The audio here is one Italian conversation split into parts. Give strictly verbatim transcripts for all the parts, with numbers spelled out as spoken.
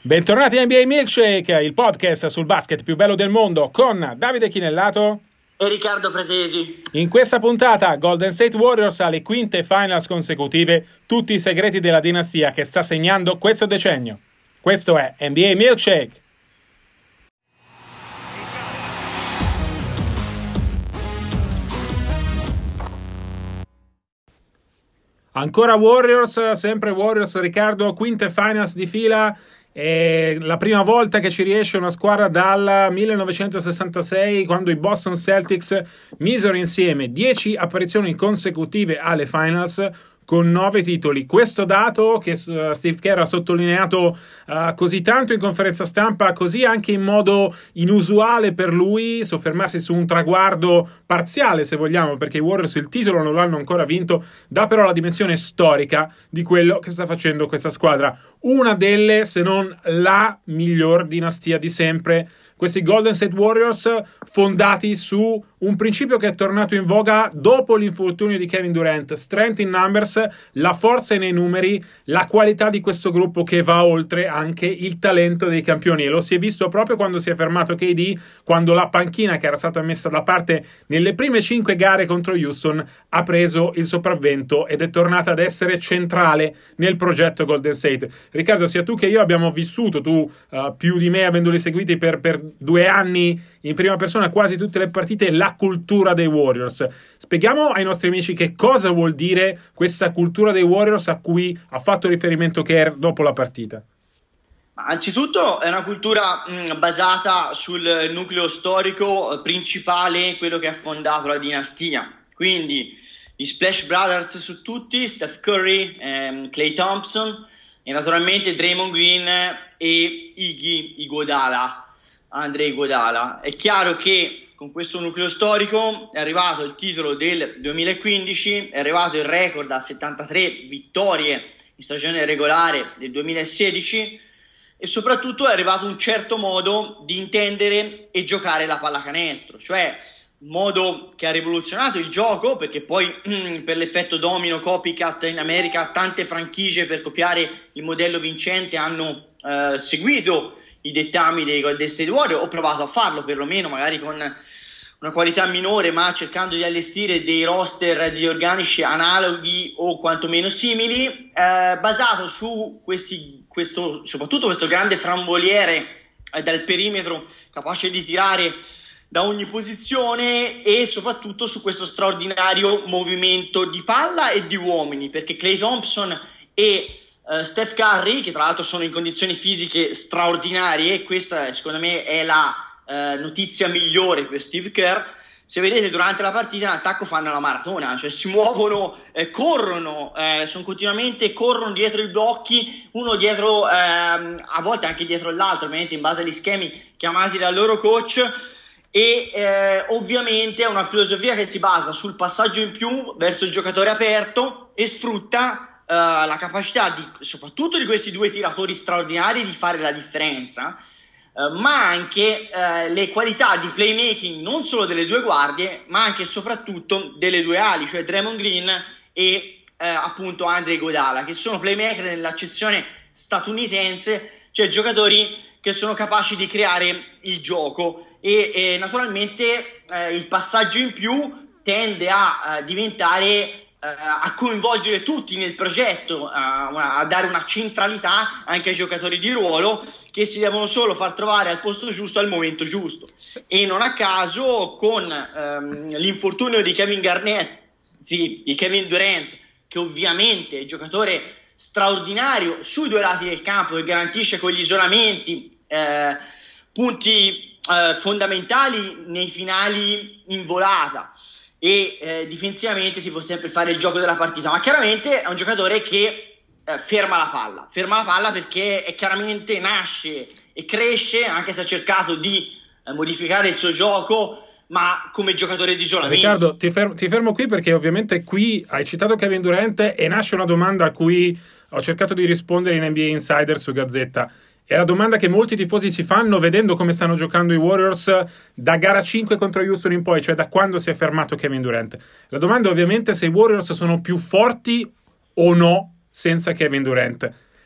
Bentornati a N B A Milkshake, il podcast sul basket più bello del mondo con Davide Chinellato e Riccardo Pretesi. In questa puntata Golden State Warriors alle quinte finals consecutive, tutti i segreti della dinastia che sta segnando questo decennio. Questo è N B A Milkshake. Ancora Warriors, sempre Warriors, Riccardo, quinte finals di fila. È la prima volta che ci riesce una squadra dal millenovecentosessantasei, quando i Boston Celtics misero insieme dieci apparizioni consecutive alle finals con nove titoli. Questo dato che uh, Steve Kerr ha sottolineato uh, così tanto in conferenza stampa, così anche in modo inusuale per lui, soffermarsi su un traguardo parziale, se vogliamo, perché i Warriors il titolo non l'hanno ancora vinto, dà però la dimensione storica di quello che sta facendo questa squadra. Una delle, se non la miglior dinastia di sempre, questi Golden State Warriors, fondati su un principio che è tornato in voga dopo l'infortunio di Kevin Durant: strength in numbers, la forza nei numeri, la qualità di questo gruppo che va oltre anche il talento dei campioni. E lo si è visto proprio quando si è fermato K D, quando la panchina che era stata messa da parte nelle prime cinque gare contro Houston ha preso il sopravvento ed è tornata ad essere centrale nel progetto Golden State. Riccardo, sia tu che io abbiamo vissuto, tu uh, più di me avendoli seguiti per, per due anni in prima persona quasi tutte le partite, la cultura dei Warriors. Spieghiamo ai nostri amici che cosa vuol dire questa cultura dei Warriors a cui ha fatto riferimento Kerr dopo la partita. Anzitutto è una cultura mh, basata sul nucleo storico eh, principale, quello che ha fondato la dinastia. Quindi gli Splash Brothers su tutti, Steph Curry, ehm, Klay Thompson e naturalmente Draymond Green e Iggy Iguodala, Andre Iguodala. È chiaro che con questo nucleo storico è arrivato il titolo del duemilaquindici, è arrivato il record a settantatré vittorie in stagione regolare del duemilasedici e soprattutto è arrivato un certo modo di intendere e giocare la pallacanestro, cioè un modo che ha rivoluzionato il gioco, perché poi per l'effetto domino copycat in America tante franchigie per copiare il modello vincente hanno eh, seguito i dettami dei Golden State Warriors, ho provato a farlo perlomeno magari con una qualità minore, ma cercando di allestire dei roster di organici analoghi o quantomeno simili, eh, basato su questi, questo, soprattutto questo grande framboliere eh, dal perimetro capace di tirare da ogni posizione e soprattutto su questo straordinario movimento di palla e di uomini, perché Klay Thompson e Uh, Steph Curry, che tra l'altro sono in condizioni fisiche straordinarie, e questa secondo me è la uh, notizia migliore per Steve Kerr. Se vedete durante la partita in attacco fanno la maratona, cioè si muovono, eh, corrono, eh, sono continuamente corrono dietro i blocchi, uno dietro, eh, a volte anche dietro l'altro, ovviamente in base agli schemi chiamati dal loro coach. E eh, ovviamente è una filosofia che si basa sul passaggio in più verso il giocatore aperto e sfrutta Uh, la capacità di, soprattutto di questi due tiratori straordinari, di fare la differenza, uh, ma anche uh, le qualità di playmaking non solo delle due guardie, ma anche e soprattutto delle due ali, cioè Draymond Green e uh, appunto Andre Iguodala, che sono playmaker nell'accezione statunitense, cioè giocatori che sono capaci di creare il gioco e, e naturalmente uh, il passaggio in più tende a uh, diventare a coinvolgere tutti nel progetto, a, una, a dare una centralità anche ai giocatori di ruolo che si devono solo far trovare al posto giusto al momento giusto. E non a caso con um, l'infortunio di Kevin Garnett, sì, di Kevin Durant, che ovviamente è un giocatore straordinario sui due lati del campo, che garantisce con gli isolamenti eh, punti eh, fondamentali nei finali in volata, e eh, difensivamente ti può sempre fare il gioco della partita, ma chiaramente è un giocatore che eh, ferma la palla, ferma la palla perché è chiaramente nasce e cresce, anche se ha cercato di eh, modificare il suo gioco, ma come giocatore di isolamento. Riccardo, ti fermo, ti fermo qui perché ovviamente qui hai citato Kevin Durant e nasce una domanda a cui ho cercato di rispondere in N B A Insider su Gazzetta. È la domanda che molti tifosi si fanno vedendo come stanno giocando i Warriors da gara cinque contro Houston in poi, cioè da quando si è fermato Kevin Durant. La domanda è ovviamente se i Warriors sono più forti o no senza Kevin Durant.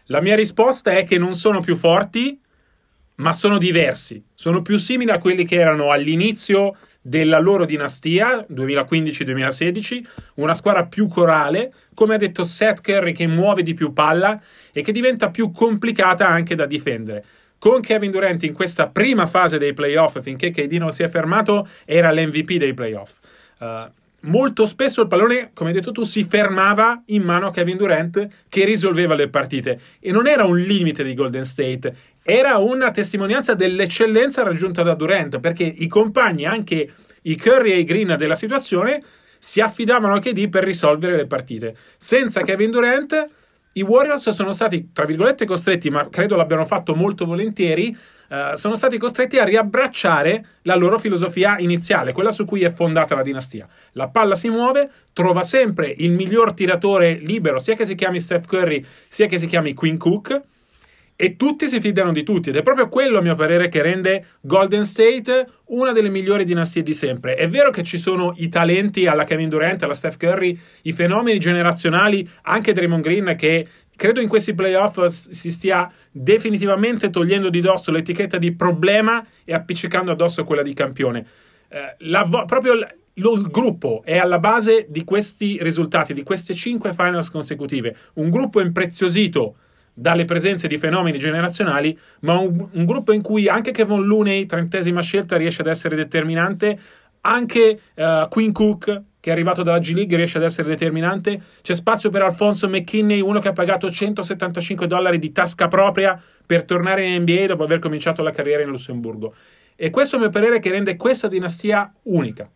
La mia risposta è che non sono più forti, ma sono diversi. Sono più simili a quelli che erano all'inizio della loro dinastia, duemilaquindici duemilasedici, una squadra più corale, come ha detto Seth Curry, che muove di più palla e che diventa più complicata anche da difendere. Con Kevin Durant in questa prima fase dei playoff, finché K D non si è fermato, era l'M V P dei playoff. Uh, molto spesso il pallone, come hai detto tu, si fermava in mano a Kevin Durant, che risolveva le partite. E non era un limite di Golden State, era una testimonianza dell'eccellenza raggiunta da Durant, perché i compagni, anche i Curry e i Green della situazione, si affidavano a K D per risolvere le partite. Senza Kevin Durant, i Warriors sono stati, tra virgolette, costretti, ma credo l'abbiano fatto molto volentieri, uh, sono stati costretti a riabbracciare la loro filosofia iniziale, quella su cui è fondata la dinastia. La palla si muove, trova sempre il miglior tiratore libero, sia che si chiami Steph Curry, sia che si chiami Quinn Cook, e tutti si fidano di tutti, ed è proprio quello, a mio parere, che rende Golden State una delle migliori dinastie di sempre. È vero che ci sono i talenti alla Kevin Durant, alla Steph Curry, i fenomeni generazionali, anche Draymond Green, che credo in questi playoff si stia definitivamente togliendo di dosso l'etichetta di problema e appiccicando addosso quella di campione. Eh, la vo- proprio l- lo, il gruppo è alla base di questi risultati, di queste cinque finals consecutive. Un gruppo impreziosito dalle presenze di fenomeni generazionali, ma un, un gruppo in cui anche Kevon Looney, trentesima scelta, riesce ad essere determinante, anche uh, Quinn Cook, che è arrivato dalla G League, riesce ad essere determinante. C'è spazio per Alfonso McKinney, uno che ha pagato centosettantacinque dollari di tasca propria per tornare in N B A dopo aver cominciato la carriera in Lussemburgo. E questo, a mio parere, che rende questa dinastia unica.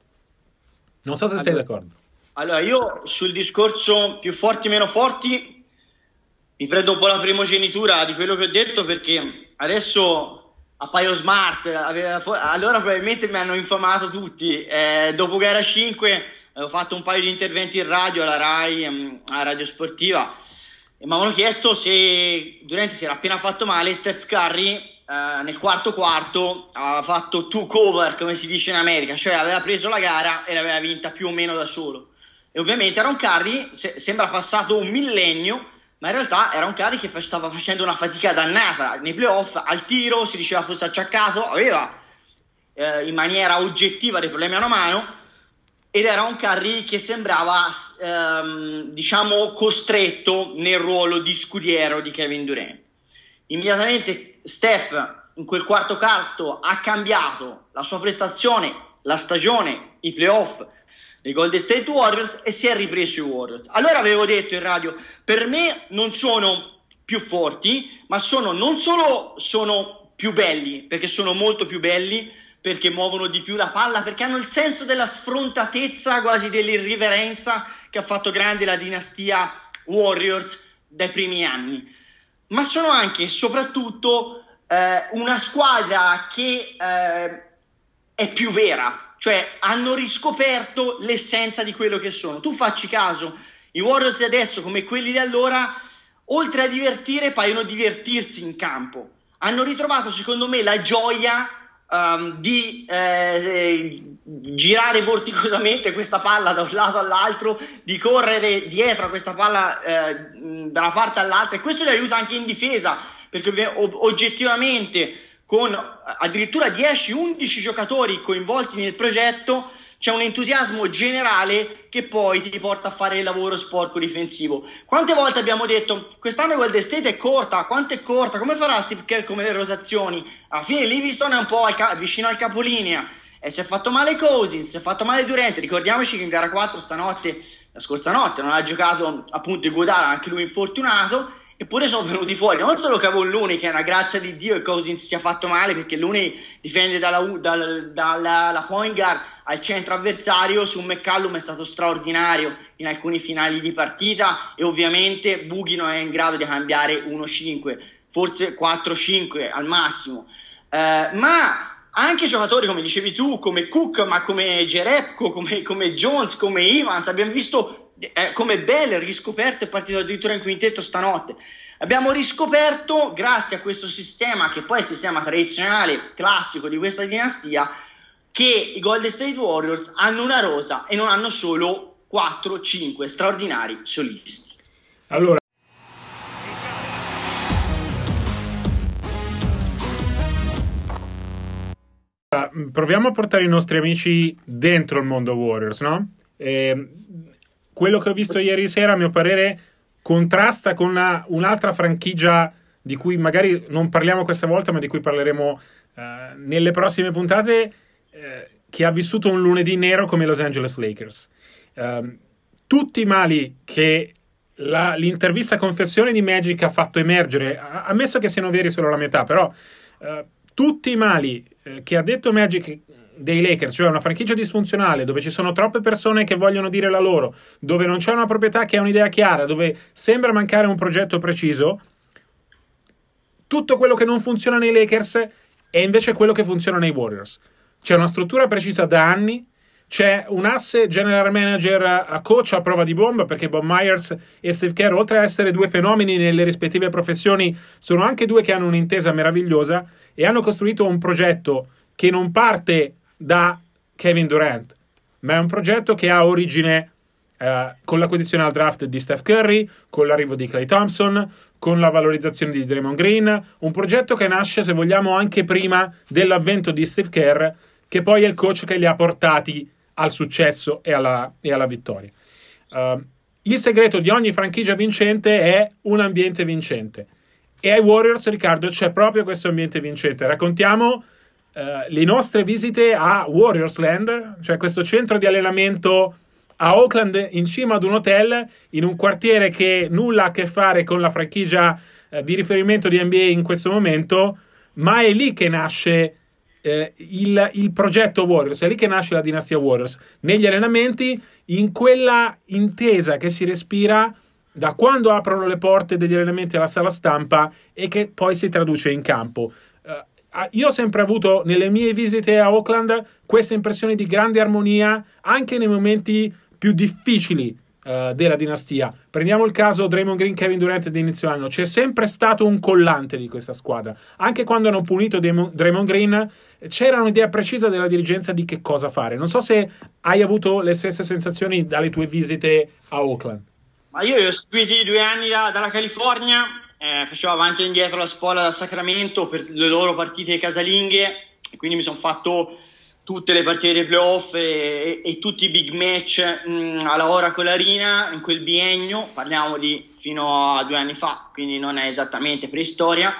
Non so se allora, sei d'accordo. Allora, io sul discorso più forti meno forti mi prendo un po' la primogenitura di quello che ho detto, perché adesso appaio smart, aveva, allora probabilmente mi hanno infamato tutti. Eh, dopo gara cinque ho fatto un paio di interventi in radio, alla Rai, a Radio Sportiva, e mi avevano chiesto se Durant si era appena fatto male. Steph Curry eh, nel quarto quarto aveva fatto two cover, come si dice in America, cioè aveva preso la gara e l'aveva vinta più o meno da solo. E ovviamente era un Curry, se, sembra passato un millennio, ma in realtà era un Curry che stava facendo una fatica dannata nei playoff, al tiro, si diceva fosse acciaccato, aveva eh, in maniera oggettiva dei problemi a una mano, ed era un Curry che sembrava ehm, diciamo costretto nel ruolo di scudiero di Kevin Durant. Immediatamente Steph in quel quarto quarto ha cambiato la sua prestazione, la stagione, i playoff dei Golden State Warriors, e si è ripreso i Warriors. Allora avevo detto in radio, per me non sono più forti, ma sono non solo sono più belli, perché sono molto più belli, perché muovono di più la palla, perché hanno il senso della sfrontatezza, quasi dell'irriverenza, che ha fatto grande la dinastia Warriors dai primi anni, ma sono anche e soprattutto eh, una squadra che eh, è più vera. Cioè hanno riscoperto l'essenza di quello che sono. Tu facci caso, i Warriors di adesso come quelli di allora, oltre a divertire, paiono divertirsi in campo. Hanno ritrovato, secondo me, la gioia um, di eh, girare vorticosamente questa palla da un lato all'altro, di correre dietro a questa palla eh, da una parte all'altra, e questo li aiuta anche in difesa, perché oggettivamente con addirittura dieci undici giocatori coinvolti nel progetto c'è un entusiasmo generale che poi ti porta a fare il lavoro sporco difensivo. Quante volte abbiamo detto quest'anno Golden State è corta, quanto è corta, come farà Steve Kerr come le rotazioni? Alla fine Livingston è un po' al ca- vicino al capolinea, e si è fatto male Cousins, si è fatto male Durant. Ricordiamoci che in gara quattro stanotte, la scorsa notte, non ha giocato appunto Iguodala, anche lui infortunato. Eppure sono venuti fuori non solo Kevon Looney, che è una grazia di Dio, e Cousins si è fatto male, perché Looney difende dalla, dalla, dalla la point guard al centro avversario. Su McCallum è stato straordinario in alcuni finali di partita, e ovviamente Boogie non è in grado di cambiare uno cinque, forse quattro cinque al massimo, eh, ma anche giocatori come dicevi tu, come Cook, ma come Jerebko, come, come Jones, come Evans, abbiamo visto Eh, come Bell riscoperto, è partito addirittura in quintetto stanotte. Abbiamo riscoperto, grazie a questo sistema, che poi è il sistema tradizionale classico di questa dinastia, che i Golden State Warriors hanno una rosa e non hanno solo quattro cinque straordinari solisti. Allora, Allora, proviamo a portare i nostri amici dentro il mondo Warriors, no? E quello che ho visto ieri sera, a mio parere, contrasta con una, un'altra franchigia di cui magari non parliamo questa volta, ma di cui parleremo uh, nelle prossime puntate, uh, che ha vissuto un lunedì nero come i Los Angeles Lakers. Uh, tutti i mali che la, l'intervista confessione di Magic ha fatto emergere, ammesso che siano veri solo la metà, però uh, tutti i mali uh, che ha detto Magic dei Lakers, cioè una franchigia disfunzionale dove ci sono troppe persone che vogliono dire la loro, dove non c'è una proprietà che ha un'idea chiara, dove sembra mancare un progetto preciso, tutto quello che non funziona nei Lakers è invece quello che funziona nei Warriors. C'è una struttura precisa da anni, c'è un asse general manager a coach a prova di bomba, perché Bob Myers e Steve Kerr, oltre a essere due fenomeni nelle rispettive professioni, sono anche due che hanno un'intesa meravigliosa e hanno costruito un progetto che non parte da Kevin Durant, ma è un progetto che ha origine eh, con l'acquisizione al draft di Steph Curry, con l'arrivo di Klay Thompson, con la valorizzazione di Draymond Green, un progetto che nasce, se vogliamo, anche prima dell'avvento di Steve Kerr, che poi è il coach che li ha portati al successo e alla, e alla vittoria. Uh, il segreto di ogni franchigia vincente è un ambiente vincente, e ai Warriors, Riccardo, c'è proprio questo ambiente vincente. Raccontiamo Uh, le nostre visite a Warriors Land, cioè questo centro di allenamento a Oakland in cima ad un hotel in un quartiere che nulla ha a che fare con la franchigia uh, di riferimento di N B A in questo momento, ma è lì che nasce uh, il, il progetto Warriors, è lì che nasce la dinastia Warriors, negli allenamenti, in quella intesa che si respira da quando aprono le porte degli allenamenti alla sala stampa e che poi si traduce in campo. Uh, Io ho sempre avuto nelle mie visite a Oakland questa impressione di grande armonia anche nei momenti più difficili uh, della dinastia. Prendiamo il caso Draymond Green, Kevin Durant di inizio anno. C'è sempre stato un collante di questa squadra. Anche quando hanno punito Draymond Green c'era un'idea precisa della dirigenza di che cosa fare. Non so se hai avuto le stesse sensazioni dalle tue visite a Oakland. Ma io li ho seguiti due anni da, dalla California. Eh, facevo avanti e indietro la spola da Sacramento per le loro partite casalinghe, e quindi mi sono fatto tutte le partite dei playoff e, e, e tutti i big match mh, alla Oracle Arena in quel biennio, parliamo di fino a due anni fa, quindi non è esattamente preistoria.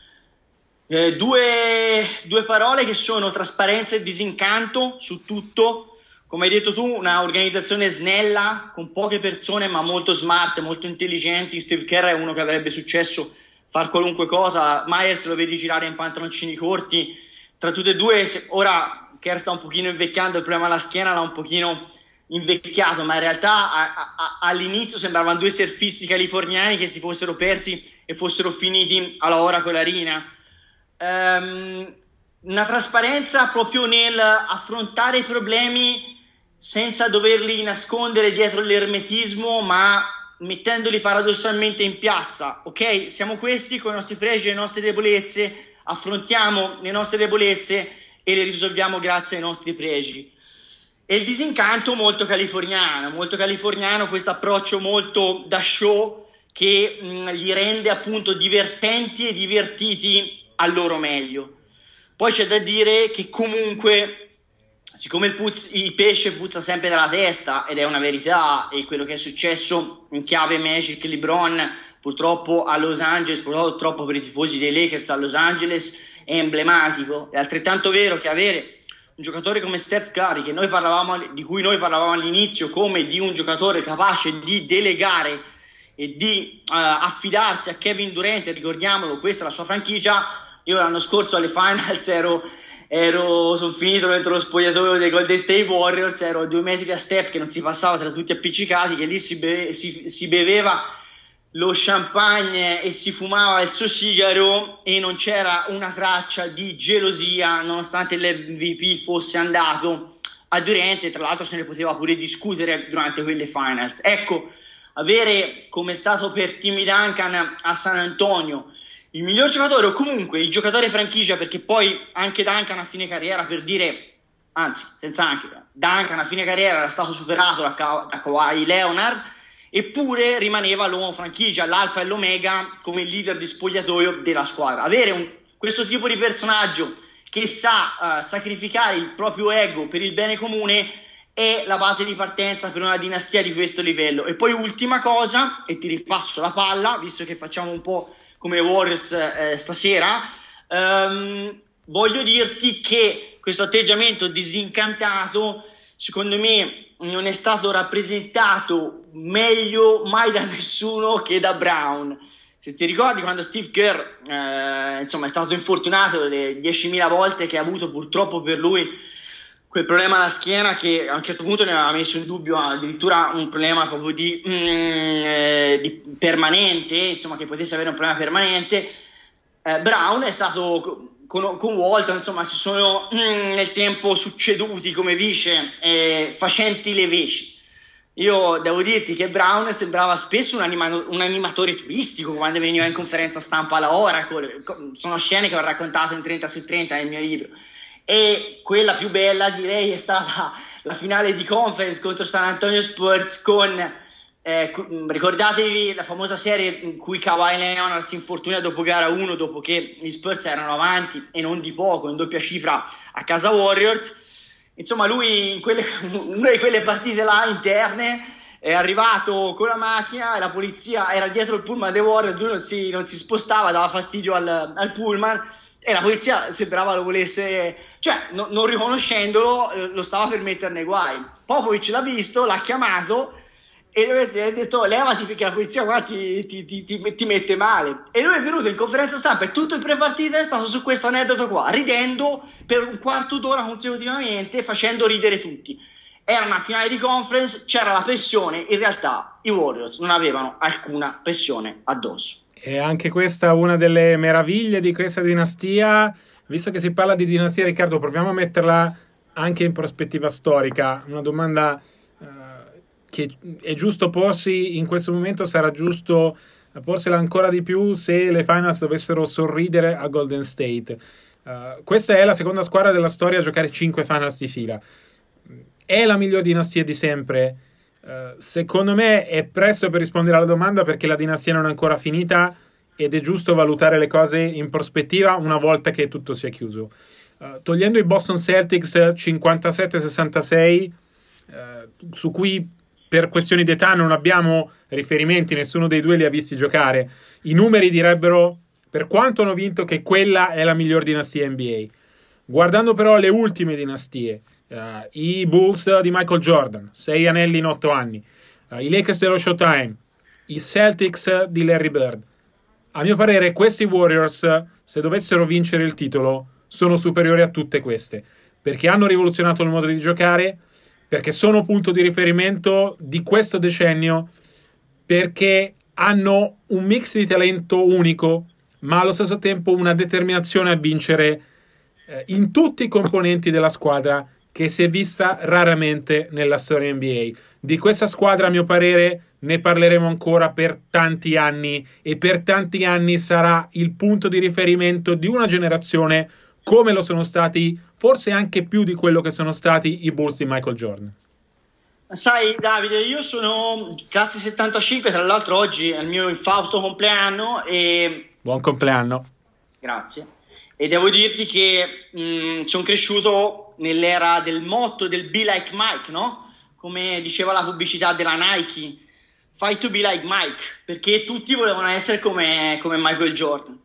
Eh, due, due parole che sono trasparenza e disincanto su tutto. Come hai detto tu, una organizzazione snella, con poche persone ma molto smart, molto intelligenti. Steve Kerr è uno che avrebbe successo far qualunque cosa. Myers lo vedi girare in pantaloncini corti. Tra tutte e due, ora Kerr sta un pochino invecchiando, il problema alla schiena l'ha un pochino invecchiato, ma in realtà a, a, all'inizio sembravano due surfisti californiani che si fossero persi e fossero finiti alla Oracle Arena. Um, una trasparenza proprio nel affrontare i problemi senza doverli nascondere dietro l'ermetismo, ma mettendoli paradossalmente in piazza. Ok, siamo questi con i nostri pregi e le nostre debolezze, affrontiamo le nostre debolezze e le risolviamo grazie ai nostri pregi. E il disincanto molto californiano, molto californiano, questo approccio molto da show che mh, li rende appunto divertenti e divertiti al loro meglio. Poi c'è da dire che comunque, siccome il, puz- il pesce puzza sempre dalla testa, ed è una verità, e quello che è successo in chiave Magic LeBron purtroppo a Los Angeles, purtroppo per i tifosi dei Lakers a Los Angeles, è emblematico. È altrettanto vero che avere un giocatore come Steph Curry, che noi parlavamo, di cui noi parlavamo all'inizio come di un giocatore capace di delegare e di uh, affidarsi a Kevin Durant, ricordiamolo, questa è la sua franchigia. Io l'anno scorso alle finals ero, ero sono finito dentro lo spogliatoio dei Golden State Warriors, ero a due metri da Steph che non si passava, c'erano tutti appiccicati, che lì si, be- si, si beveva lo champagne e si fumava il suo sigaro e non c'era una traccia di gelosia nonostante l'M V P fosse andato a Durant, e tra l'altro se ne poteva pure discutere durante quelle finals. Ecco, avere, come è stato per Tim Duncan a San Antonio, il miglior giocatore, o comunque il giocatore franchigia, perché poi anche Duncan a fine carriera, per dire, anzi senza anche Duncan a fine carriera era stato superato da, Ka- da Kawhi Leonard, eppure rimaneva l'uomo franchigia, l'alfa e l'omega come leader di spogliatoio della squadra. Avere un, questo tipo di personaggio che sa uh, sacrificare il proprio ego per il bene comune, è la base di partenza per una dinastia di questo livello. E poi ultima cosa, e ti ripasso la palla, visto che facciamo un po' come Warriors eh, stasera, um, voglio dirti che questo atteggiamento disincantato, secondo me, non è stato rappresentato meglio mai da nessuno che da Brown. Se ti ricordi quando Steve Kerr eh, insomma, è stato infortunato le diecimila volte che ha avuto purtroppo per lui quel problema alla schiena, che a un certo punto ne aveva messo in dubbio addirittura un problema proprio di, mm, eh, di permanente, insomma che potesse avere un problema permanente, eh, Brown è stato con, con Walton, insomma si sono mm, nel tempo succeduti come vice eh, facenti le veci. Io devo dirti che Brown sembrava spesso un, anima- un animatore turistico quando veniva in conferenza stampa alla Oracle. Sono scene che ho raccontato in trenta su trenta nel mio libro. E quella più bella, direi, è stata la finale di conference contro San Antonio Spurs con, eh, ricordatevi la famosa serie in cui Kawhi Leonard si infortuna dopo gara uno, dopo che gli Spurs erano avanti e non di poco, in doppia cifra a casa Warriors. Insomma, lui in quelle, una di quelle partite là interne è arrivato con la macchina e la polizia era dietro il pullman dei Warriors, lui non si, non si spostava, dava fastidio al, al pullman e la polizia sembrava lo volesse, cioè no, non riconoscendolo eh, lo stava per metterne guai. Popovic l'ha visto, l'ha chiamato e gli ha detto levati perché la polizia qua ti, ti, ti, ti, ti mette male. E lui è venuto in conferenza stampa e tutto il pre-partita è stato su questo aneddoto qua, ridendo per un quarto d'ora consecutivamente, facendo ridere tutti. Era una finale di conference, c'era la pressione, in realtà i Warriors non avevano alcuna pressione addosso. E anche questa è una delle meraviglie di questa dinastia. Visto che si parla di dinastia, Riccardo, proviamo a metterla anche in prospettiva storica. Una domanda uh, che è giusto porsi in questo momento, sarà giusto porsela ancora di più se le finals dovessero sorridere a Golden State. Uh, questa è la seconda squadra della storia a giocare cinque finals di fila. È la miglior dinastia di sempre? Uh, secondo me è presto per rispondere alla domanda, perché la dinastia non è ancora finita ed è giusto valutare le cose in prospettiva una volta che tutto sia chiuso. Uh, togliendo i Boston Celtics cinquantasette sessantasei, uh, su cui per questioni d'età non abbiamo riferimenti, nessuno dei due li ha visti giocare, i numeri direbbero, per quanto hanno vinto, che quella è la miglior dinastia N B A. Guardando però le ultime dinastie, Uh, i Bulls di Michael Jordan, sei anelli in otto anni, uh, i Lakers dello Showtime, i Celtics di Larry Bird. A mio parere questi Warriors, se dovessero vincere il titolo, sono superiori a tutte queste, perché hanno rivoluzionato il modo di giocare, perché sono punto di riferimento di questo decennio, perché hanno un mix di talento unico, ma allo stesso tempo una determinazione a vincere eh, in tutti i componenti della squadra, che si è vista raramente nella storia N B A. Di questa squadra, a mio parere, ne parleremo ancora per tanti anni, e per tanti anni sarà il punto di riferimento di una generazione, come lo sono stati, forse anche più di quello che sono stati i Bulls di Michael Jordan. Sai Davide, io sono classe settantacinque, tra l'altro oggi è il mio infausto compleanno e... Buon compleanno. Grazie. E devo dirti che mh, sono cresciuto nell'era del motto del Be Like Mike, no? Come diceva la pubblicità della Nike, Fight to be like Mike, perché tutti volevano essere come, come Michael Jordan.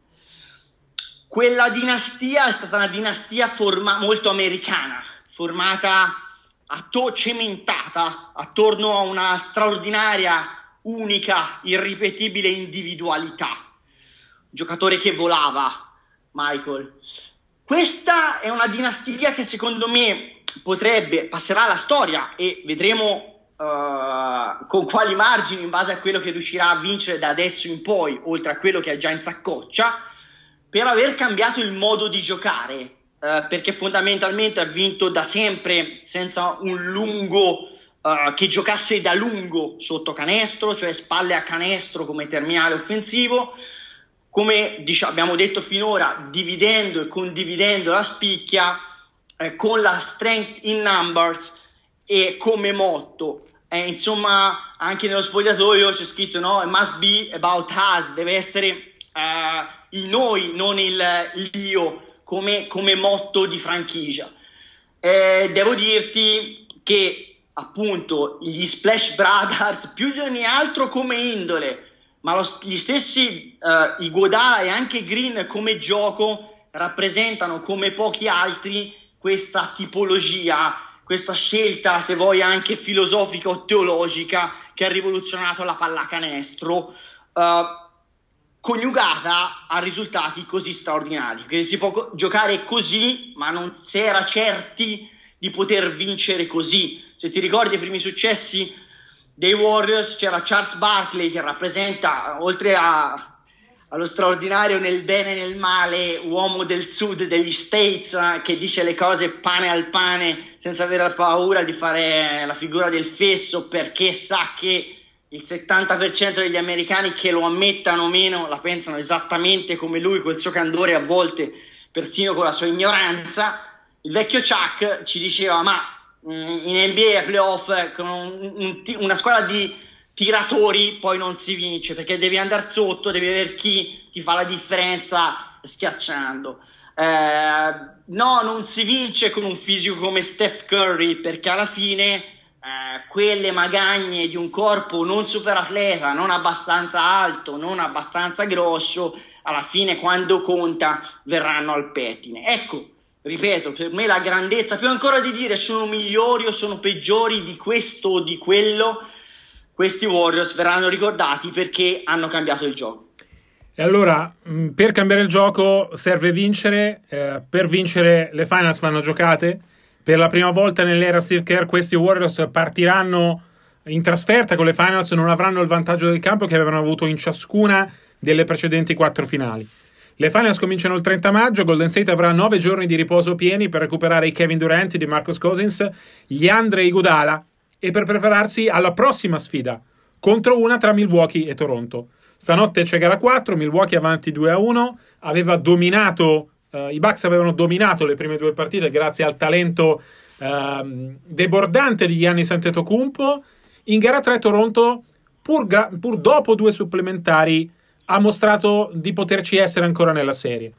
Quella dinastia è stata una dinastia forma- molto americana, formata, atto- cementata attorno a una straordinaria, unica, irripetibile individualità. Giocatore che volava, Michael. Questa è una dinastia che secondo me potrebbe, passerà alla storia e vedremo uh, con quali margini in base a quello che riuscirà a vincere da adesso in poi, oltre a quello che ha già in saccoccia, per aver cambiato il modo di giocare, uh, perché fondamentalmente ha vinto da sempre senza un lungo uh, che giocasse da lungo sotto canestro, cioè spalle a canestro come terminale offensivo, come diciamo, abbiamo detto finora, dividendo e condividendo la spicchia eh, con la strength in numbers e come motto. Eh, insomma, anche nello spogliatoio c'è scritto, no? It must be about us, deve essere eh, il noi, non il l'io, come, come motto di franchigia. Eh, devo dirti che appunto gli Splash Brothers, più di ogni altro come indole, ma lo, gli stessi uh, Iguodala e anche Green come gioco rappresentano come pochi altri questa tipologia, questa scelta, se vuoi anche filosofica o teologica, che ha rivoluzionato la pallacanestro, uh, coniugata a risultati così straordinari, che si può co- giocare così, ma non si era certi di poter vincere così. Se ti ricordi i primi successi dei Warriors, c'era Charles Barkley che rappresenta, oltre a, allo straordinario nel bene e nel male, uomo del sud degli States, eh, che dice le cose pane al pane senza avere paura di fare la figura del fesso, perché sa che il settanta per cento degli americani, che lo ammettano o meno, la pensano esattamente come lui, col suo candore, a volte persino con la sua ignoranza. Il vecchio Chuck ci diceva: ma in N B A playoff con un, un, una squadra di tiratori poi non si vince, perché devi andare sotto, devi avere chi ti fa la differenza schiacciando. Eh, no, non si vince con un fisico come Steph Curry, perché alla fine eh, quelle magagne di un corpo non super atleta, non abbastanza alto, non abbastanza grosso, alla fine quando conta verranno al pettine. Ecco, ripeto, per me la grandezza, più ancora di dire sono migliori o sono peggiori di questo o di quello, questi Warriors verranno ricordati perché hanno cambiato il gioco. E allora, per cambiare il gioco serve vincere, eh, per vincere le finals vanno giocate. Per la prima volta nell'era Steve Kerr questi Warriors partiranno in trasferta con le finals, non avranno il vantaggio del campo che avevano avuto in ciascuna delle precedenti quattro finali. Le finals cominciano il trenta maggio, Golden State avrà nove giorni di riposo pieni per recuperare i Kevin Durant, di Marcus Cousins, gli Andre Iguodala e per prepararsi alla prossima sfida contro una tra Milwaukee e Toronto. Stanotte c'è gara quattro, Milwaukee avanti due a uno, aveva dominato, uh, i Bucks avevano dominato le prime due partite grazie al talento uh, debordante di Giannis Antetokounmpo. In gara tre Toronto, pur, gra- pur dopo due supplementari, ha mostrato di poterci essere ancora nella serie.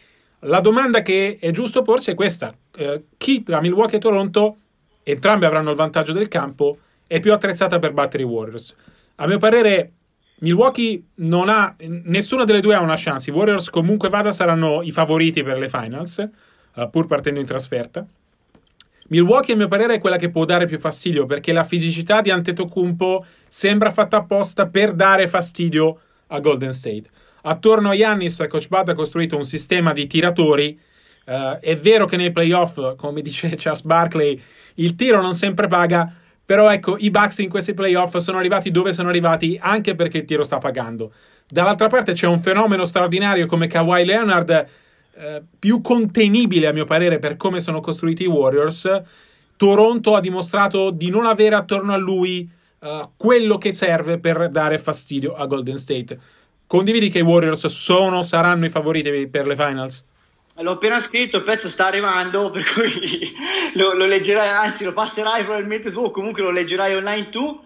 La domanda che è giusto porsi è questa: uh, chi tra Milwaukee e Toronto, entrambe avranno il vantaggio del campo, è più attrezzata per battere i Warriors? A mio parere Milwaukee non ha, nessuna delle due ha una chance. I Warriors comunque vada saranno i favoriti per le finals, uh, pur partendo in trasferta. Milwaukee a mio parere è quella che può dare più fastidio, perché la fisicità di Antetokounmpo sembra fatta apposta per dare fastidio a Golden State. Attorno a Giannis Coach Bud ha costruito un sistema di tiratori. Uh, è vero che nei playoff, come dice Charles Barkley, il tiro non sempre paga, però ecco, i Bucks in questi playoff sono arrivati dove sono arrivati anche perché il tiro sta pagando. Dall'altra parte c'è un fenomeno straordinario come Kawhi Leonard, eh, più contenibile a mio parere per come sono costruiti i Warriors. Toronto ha dimostrato di non avere attorno a lui uh, quello che serve per dare fastidio a Golden State. Condividi che i Warriors sono, saranno i favoriti per le finals? L'ho appena scritto, il pezzo sta arrivando, per cui lo, lo leggerai, anzi lo passerai probabilmente tu, o comunque lo leggerai online tu.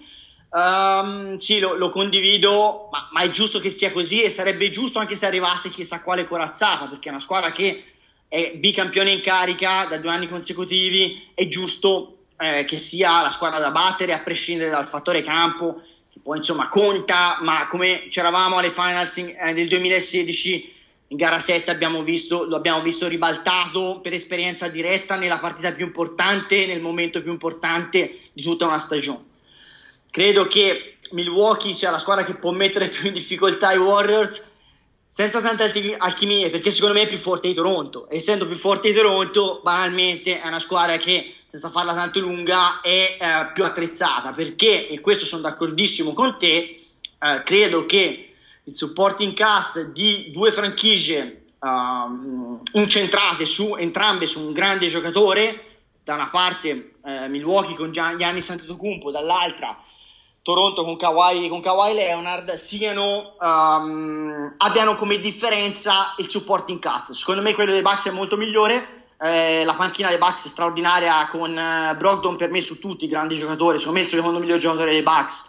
Um, sì, lo, lo condivido, ma, ma è giusto che sia così, e sarebbe giusto anche se arrivasse chissà quale corazzata, perché è una squadra che è bicampione in carica da due anni consecutivi, è giusto eh, che sia la squadra da battere, a prescindere dal fattore campo, che poi insomma conta, ma come c'eravamo alle finals in, eh, del duemilasedici, in gara sette abbiamo visto, lo abbiamo visto ribaltato per esperienza diretta nella partita più importante, nel momento più importante di tutta una stagione. Credo che Milwaukee sia la squadra che può mettere più in difficoltà i Warriors, senza tante alchimie, perché secondo me è più forte di Toronto. Essendo più forte di Toronto, banalmente è una squadra che, senza farla tanto lunga, è eh, più attrezzata, perché, e questo sono d'accordissimo con te, eh, credo che il supporting cast di due franchigie uh, incentrate su entrambe su un grande giocatore, da una parte uh, Milwaukee con Giannis Antetokounmpo, dall'altra Toronto con Kawhi, con Kawhi Leonard, siano um, abbiano come differenza il supporting cast. Secondo me quello dei Bucks è molto migliore, eh, la panchina dei Bucks è straordinaria, con uh, Brogdon per me su tutti grandi giocatori, secondo me il secondo miglior giocatore dei Bucks.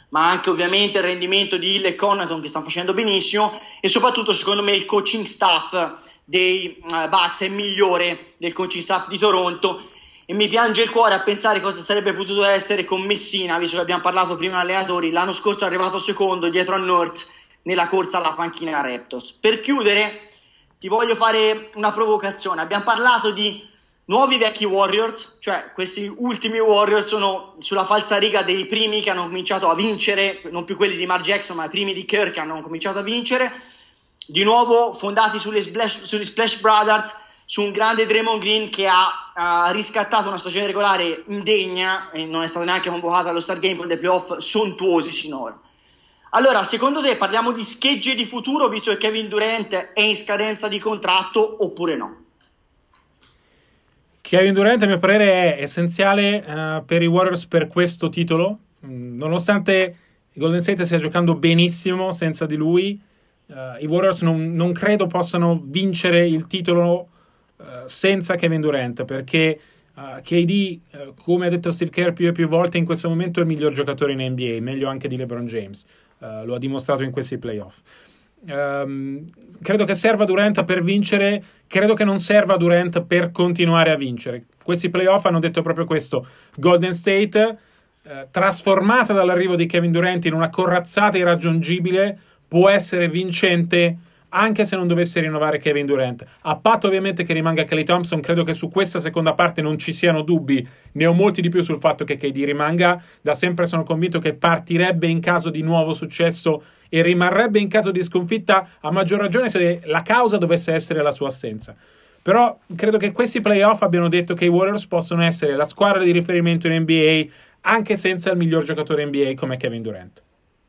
ma anche ovviamente il rendimento di Hill e Connaughton che stanno facendo benissimo, e soprattutto secondo me il coaching staff dei uh, Bucks è migliore del coaching staff di Toronto, e mi piange il cuore a pensare cosa sarebbe potuto essere con Messina, visto che abbiamo parlato prima di allenatori. L'anno scorso è arrivato secondo dietro a Nurse nella corsa alla panchina Raptors. Per chiudere ti voglio fare una provocazione. Abbiamo parlato di nuovi vecchi Warriors, cioè questi ultimi Warriors sono sulla falsariga dei primi che hanno cominciato a vincere, non più quelli di Mark Jackson ma i primi di Kirk che hanno cominciato a vincere, di nuovo fondati sulle Splash, sugli Splash Brothers, su un grande Draymond Green che ha, ha riscattato una stagione regolare indegna e non è stato neanche convocato allo Star Game con dei playoff sontuosi sinora. Allora, secondo te parliamo di schegge di futuro visto che Kevin Durant è in scadenza di contratto oppure no? Kevin Durant a mio parere è essenziale uh, per i Warriors per questo titolo, mm, nonostante i Golden State stia giocando benissimo senza di lui. Uh, i Warriors non, non credo possano vincere il titolo Uh, senza Kevin Durant, perché uh, K D, uh, come ha detto Steve Kerr più e più volte, in questo momento è il miglior giocatore in N B A, meglio anche di LeBron James, uh, lo ha dimostrato in questi playoff. Um, credo che serva Durant per vincere, credo che non serva Durant per continuare a vincere. Questi playoff hanno detto proprio questo. Golden State, uh, trasformata dall'arrivo di Kevin Durant in una corazzata irraggiungibile, può essere vincente anche se non dovesse rinnovare Kevin Durant, a patto ovviamente che rimanga Klay Thompson. Credo che su questa seconda parte non ci siano dubbi, ne ho molti di più sul fatto che K D rimanga. Da sempre sono convinto che partirebbe in caso di nuovo successo e rimarrebbe in caso di sconfitta, a maggior ragione se la causa dovesse essere la sua assenza. Però credo che questi playoff abbiano detto che i Warriors possono essere la squadra di riferimento in N B A anche senza il miglior giocatore N B A come Kevin Durant.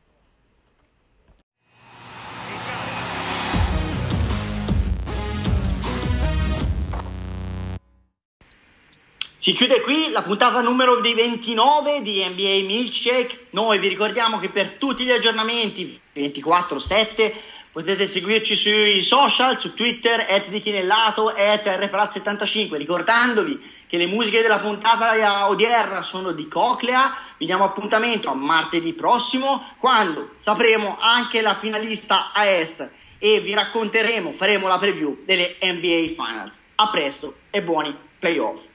Si chiude qui la puntata numero ventinove di N B A Milkshake. Noi vi ricordiamo che per tutti gli aggiornamenti ventiquattro sette potete seguirci sui social, su Twitter, at Dichinellato, at R Prat settantacinque. Ricordandovi che le musiche della puntata odierna sono di Coclea. Vi diamo appuntamento a martedì prossimo, quando sapremo anche la finalista a Est e vi racconteremo, faremo la preview delle N B A Finals. A presto e buoni playoff.